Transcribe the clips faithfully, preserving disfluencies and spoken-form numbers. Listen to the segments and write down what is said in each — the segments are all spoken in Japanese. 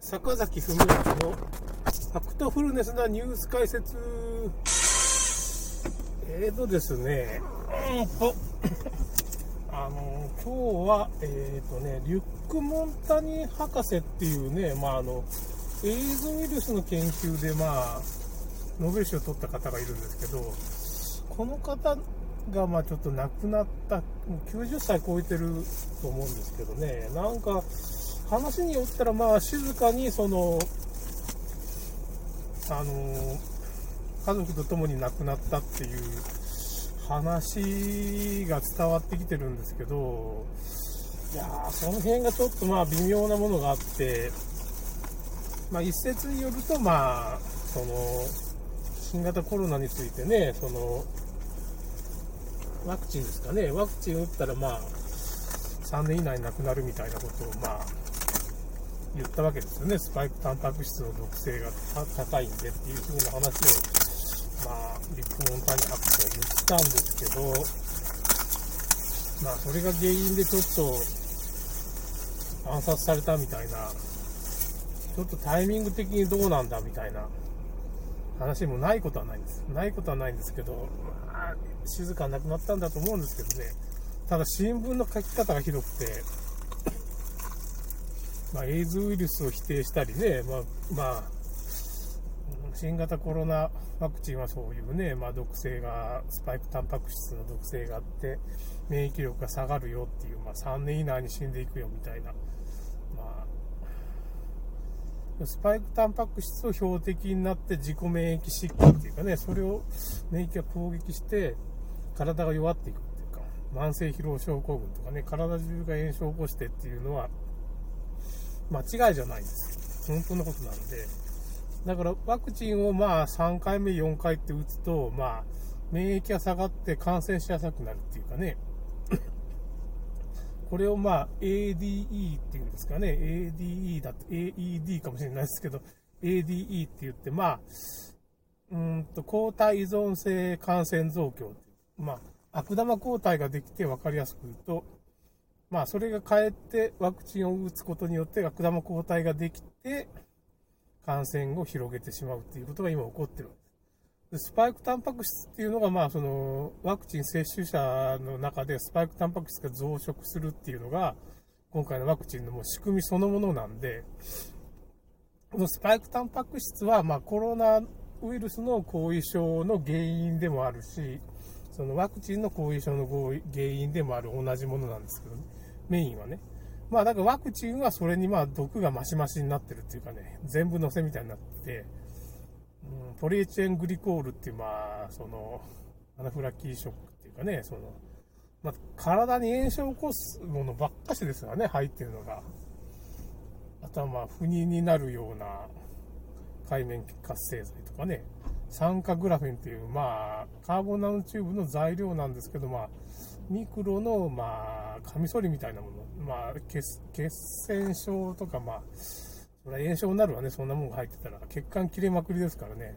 坂崎文明のファクトフルネスなニュース解説。えーとですね、うんとあの今日はえーとねリュック・モンタニ博士っていうね、まああのエイズウイルスの研究でまあノーベル賞を取った方がいるんですけど、この方がまあちょっと亡くなった、きゅうじゅっさい超えてると思うんですけどね、なんか話によったらまあ静かにそのあの家族と共に亡くなったっていう話が伝わってきてるんですけど、いやーその辺がちょっとまあ微妙なものがあって、まあ一説によるとまあその新型コロナについてね、そのワクチンですかね、ワクチン打ったらまあさんねん以内に亡くなるみたいなことをまあ言ったわけですよね。スパイクタンパク質の毒性が高いんでっていう風な話をまあリュック・モンタニ博士は言ったんですけど、まあそれが原因でちょっと暗殺されたみたいな、ちょっとタイミング的にどうなんだみたいな話もないことはないんですないことはないんですけど、まあ、静かになくなったんだと思うんですけどね。ただ新聞の書き方がひどくて、まあ、エイズウイルスを否定したりね、まあ、まあ、新型コロナワクチンはそういうね、まあ、毒性が、スパイクタンパク質の毒性があって、免疫力が下がるよっていう、まあ、さんねん以内に死んでいくよみたいな、まあ、スパイクタンパク質を標的になって自己免疫疾患っていうかね、それを免疫が攻撃して、体が弱っていくっていうか、慢性疲労症候群とかね、体中が炎症を起こしてっていうのは、間違いじゃないんですよ。本当のことなんで。だからワクチンをまあさんかいめ、よんかいって打つと、まあ免疫が下がって感染しやすくなるっていうかね。これをまあ エーディーイー っていうんですかね。エーディーイー だと エーイーディー かもしれないですけど、エーディーイー って言って、まあ、うーんと抗体依存性感染増強っていう。まあ、悪玉抗体ができて分かりやすく言うと、まあ、それがかえってワクチンを打つことによって悪玉抗体ができて感染を広げてしまうっていうことが今起こってるんです。でスパイクタンパク質っていうのが、まあ、そのワクチン接種者の中でスパイクタンパク質が増殖するっていうのが今回のワクチンのもう仕組みそのものなんで、このスパイクタンパク質はまあコロナウイルスの後遺症の原因でもあるし、そのワクチンの後遺症の原因でもある同じものなんですけどね。メインはね。まあだからワクチンはそれにまあ毒がマシマシになってるっていうかね、全部乗せみたいになってて、うん、ポリエチレングリコールっていうまあ、その、アナフィラキーショックっていうかね、その、まあ体に炎症を起こすものばっかしですよね、入ってるのが。あとはまあ不妊になるような界面活性剤とかね、酸化グラフェンっていうまあ、カーボンナノチューブの材料なんですけど、まあ、ミクロの、まあ、カミソリみたいなもの、まあ、血、血栓症とか、まあ、それは炎症になるわね、そんなものが入ってたら。血管切れまくりですからね。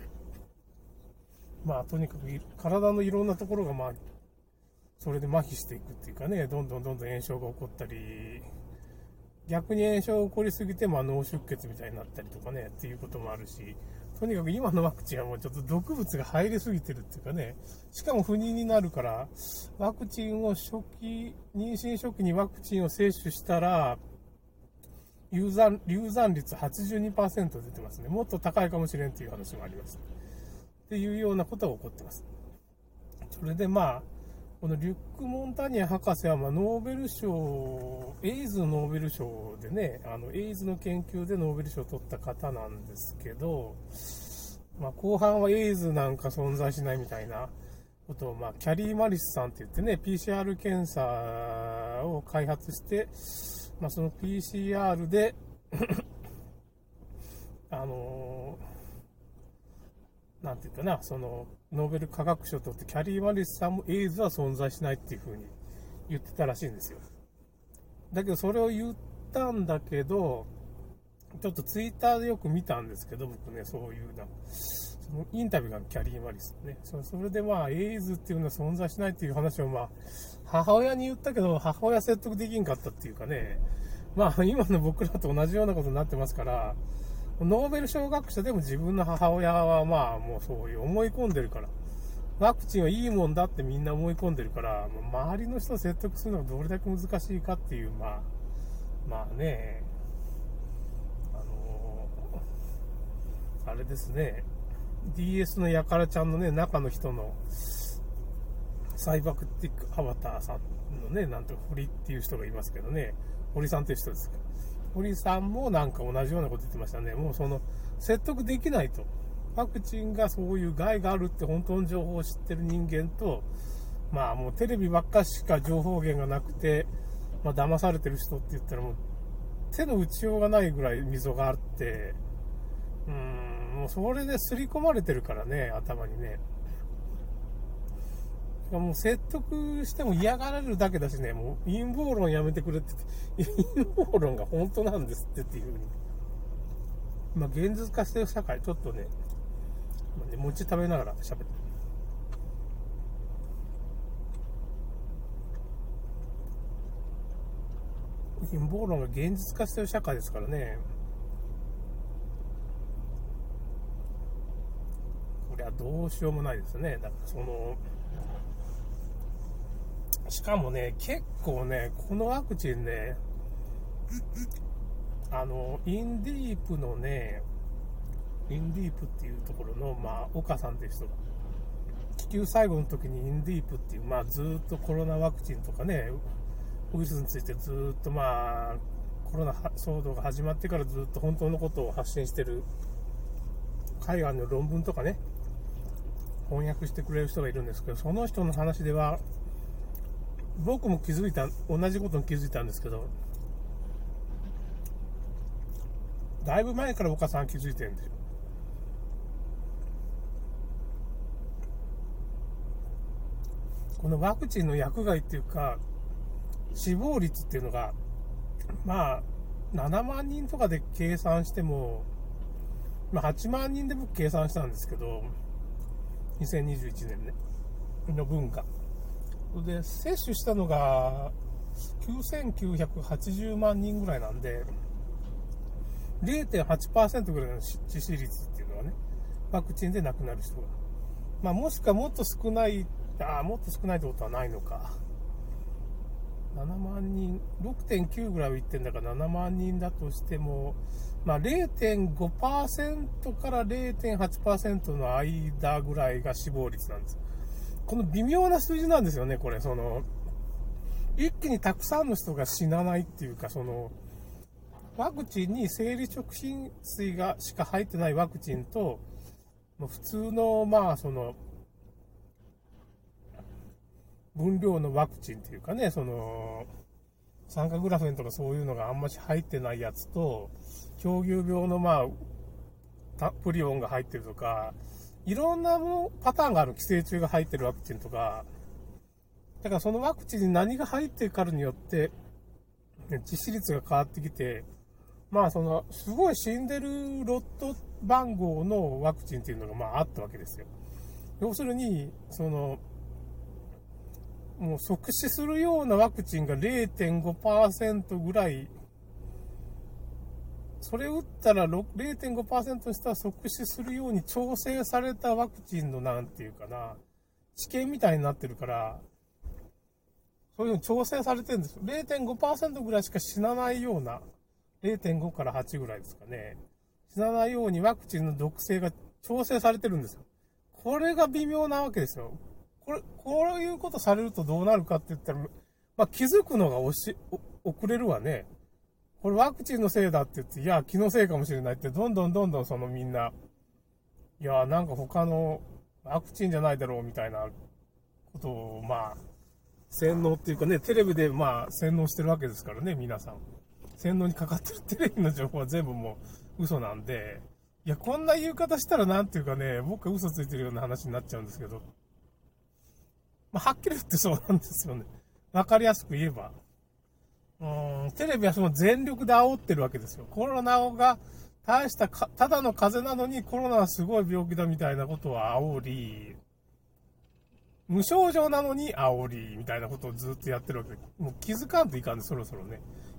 まあ、とにかく、体のいろんなところが、まあ、それで麻痺していくっていうかね、どんどんどんどん炎症が起こったり、逆に炎症が起こりすぎて、まあ、脳出血みたいになったりとかね、っていうこともあるし、とにかく今のワクチンはもうちょっと毒物が入りすぎてるっていうかね、しかも不妊になるから、ワクチンを初期、妊娠初期にワクチンを接種したら、流産、流産率 はちじゅうにパーセント 出てますね。もっと高いかもしれんっていう話もあります。っていうようなことが起こってます。それでまあ、このリュック・モンタニア博士は、まあ、ノーベル賞、エイズのノーベル賞でね、あの、エイズの研究でノーベル賞を取った方なんですけど、まあ、後半はエイズなんか存在しないみたいなことを、まあ、キャリー・マリスさんって言ってね、ピーシーアール 検査を開発して、まあ、その ピーシーアール で、あのー、なんていうかな、そのノーベル化学賞を取ってキャリー・マリスさんもエイズは存在しないっていう風に言ってたらしいんですよ。だけどそれを言ったんだけど、ちょっとツイッターでよく見たんですけど、僕ね、そういうなそのインタビューがキャリー・マリスね、それでまあエイズっていうのは存在しないっていう話をまあ母親に言ったけど、母親説得できんかったっていうかね、 まあ今の僕らと同じようなことになってますから、ノーベル賞学者でも自分の母親はまあもうそういう思い込んでるから、ワクチンはいいもんだってみんな思い込んでるから、周りの人を説得するのがどれだけ難しいかっていう、まあ、まあね、あのー、あれですね、ディーエス のやからちゃんのね、中の人の、サイバクティックアバターさんのね、なんて堀っていう人がいますけどね、堀さんという人ですか。堀さんもなんか同じようなこと言ってましたね。もうその、説得できないと。ワクチンがそういう害があるって本当の情報を知ってる人間と、まあもうテレビばっかしか情報源がなくて、まあ騙されてる人って言ったらもう手の打ちようがないぐらい溝があって、うーん、もうそれで刷り込まれてるからね、頭にね。もう説得しても嫌がられるだけだしね、もう陰謀論やめてくれって言って、陰謀論が本当なんですってっていうふうに。まあ現実化してる社会、ちょっとね、餅食べながら喋って。陰謀論が現実化してる社会ですからね。これはどうしようもないですね。だからその、しかもね、結構ね、このワクチンね、あの、インディープのね、インディープっていうところの、まあ、岡さんっていう人が、地球最後の時にインディープっていう、まあ、ずっとコロナワクチンとかね、ウイルスについてずっとまあ、コロナ騒動が始まってからずっと本当のことを発信してる、海外の論文とかね、翻訳してくれる人がいるんですけど、その人の話では、僕も気づいた、同じことに気づいたんですけど、だいぶ前から岡さん気づいてるんですよ。このワクチンの薬害っていうか、死亡率っていうのが、まあ、ななまんにんとかで計算しても、まあ、はちまんにんで僕計算したんですけど、にせんにじゅういちねんね、の分が。で、接種したのがきゅうせんきゅうひゃくはちじゅうまんにんぐらいなんで、れいてんはちパーセント ぐらいの致死率っていうのはね、ワクチンで亡くなる人が。まあ、もしくはもっと少ない、ああ、もっと少ないってことはないのか。ななまんにん、ろくてんきゅう ぐらいは言ってんだからななまんにんだとしても、まあ、れいてんごパーセント から れいてんはちパーセント の間ぐらいが死亡率なんです。この微妙な数字なんですよね、これ。その、一気にたくさんの人が死なないっていうか、その、ワクチンに生理食品水がしか入ってないワクチンと、普通の、まあ、その、分量のワクチンっていうかね、その、酸化グラフェンとかそういうのがあんまし入ってないやつと、狂牛病のまあ、プリオンが入ってるとか、いろんなパターンがある、寄生虫が入ってるワクチンとか、だからそのワクチンに何が入ってるかによって、致死率が変わってきて、まあその、すごい死んでるロット番号のワクチンっていうのがまああったわけですよ。要するに、その、もう即死するようなワクチンが れいてんごパーセント ぐらい、それ打ったら れいてんごパーセント にしたら即死するように調整されたワクチンのなんていうかな、治験みたいになってるから、そういうの調整されてるんですよ。れいてんごパーセント ぐらいしか死なないような、れいてんご からはちぐらいですかね。死なないようにワクチンの毒性が調整されてるんですよ。これが微妙なわけですよ。これ、こういうことされるとどうなるかって言ったら、まあ、気づくのが押し、遅れるわね。これワクチンのせいだって言って、いや、気のせいかもしれないって、どんどんどんどんそのみんな、いや、なんか他のワクチンじゃないだろうみたいなことを、まあ、洗脳っていうかね、テレビでまあ、洗脳してるわけですからね、皆さん。洗脳にかかってるテレビの情報は全部もう嘘なんで、いや、こんな言い方したらなんていうかね、僕は嘘ついてるような話になっちゃうんですけど、まあ、はっきり言ってそうなんですよね。わかりやすく言えば。うーん、テレビはその全力で煽ってるわけですよ。コロナが大したか、ただの風邪なのにコロナはすごい病気だみたいなことを煽り、無症状なのに煽り、みたいなことをずっとやってるわけで、もう気づかんといかんで、そろそろね。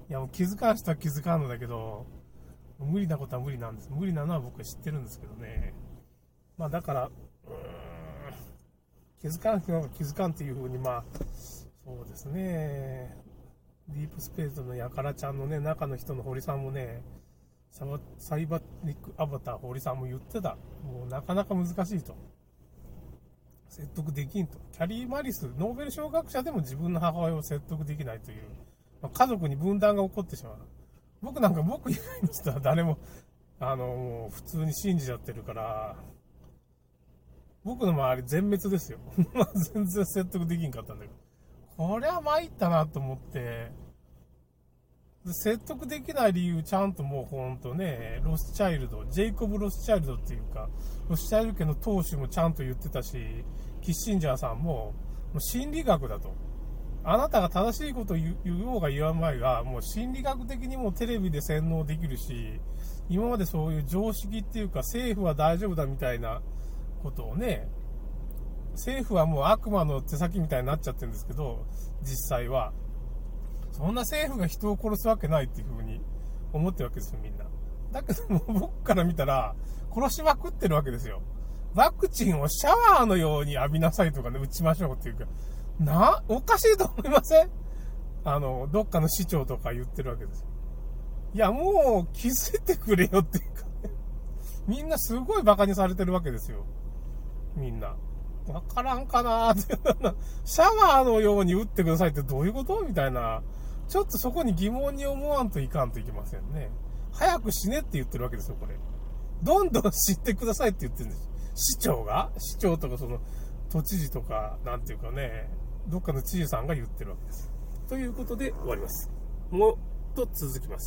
いや、もう気づかん人は気づかんのだけど、無理なことは無理なんです。無理なのは僕は知ってるんですけどね。まあだから、うーん、気づかん人が気づかんっていう風に、まあ、そうですね。ディープスペースのやからちゃんのね、中の人の堀さんもね、サバサイバリックアバター堀さんも言ってた。もうなかなか難しいと。説得できんと。キャリー・マリス、ノーベル賞学者でも自分の母親を説得できないという、まあ、家族に分断が起こってしまう。僕なんか僕以外の人は誰も、あの、もう普通に信じちゃってるから、僕の周り全滅ですよ。全然説得できんかったんだけど。これは参ったなと思って、説得できない理由ちゃんともうほんとね、ロスチャイルド、ジェイコブ・ロスチャイルドっていうか、ロスチャイルド家の当主もちゃんと言ってたし、キッシンジャーさんも、もう心理学だと。あなたが正しいことを言おうが言わんまいが、もう心理学的にもテレビで洗脳できるし、今までそういう常識っていうか、政府は大丈夫だみたいなことをね、政府はもう悪魔の手先みたいになっちゃってるんですけど、実際は。そんな政府が人を殺すわけないっていう風に思ってるわけですよ、みんな。だけどもう僕から見たら、殺しまくってるわけですよ。ワクチンをシャワーのように浴びなさいとかね、打ちましょうっていうか、な、おかしいと思いません？あの、どっかの市長とか言ってるわけですよ。いや、もう気づいてくれよっていうかね。みんなすごい馬鹿にされてるわけですよ。みんな。わからんかなーって。シャワーのように打ってくださいってどういうことみたいな。ちょっとそこに疑問に思わんといかんといけませんね。早く死ねって言ってるわけですよ、これ。どんどん知ってくださいって言ってるんです。市長が市長とかその、都知事とか、なんていうかね、どっかの知事さんが言ってるわけです。ということで終わります。もっと続きます。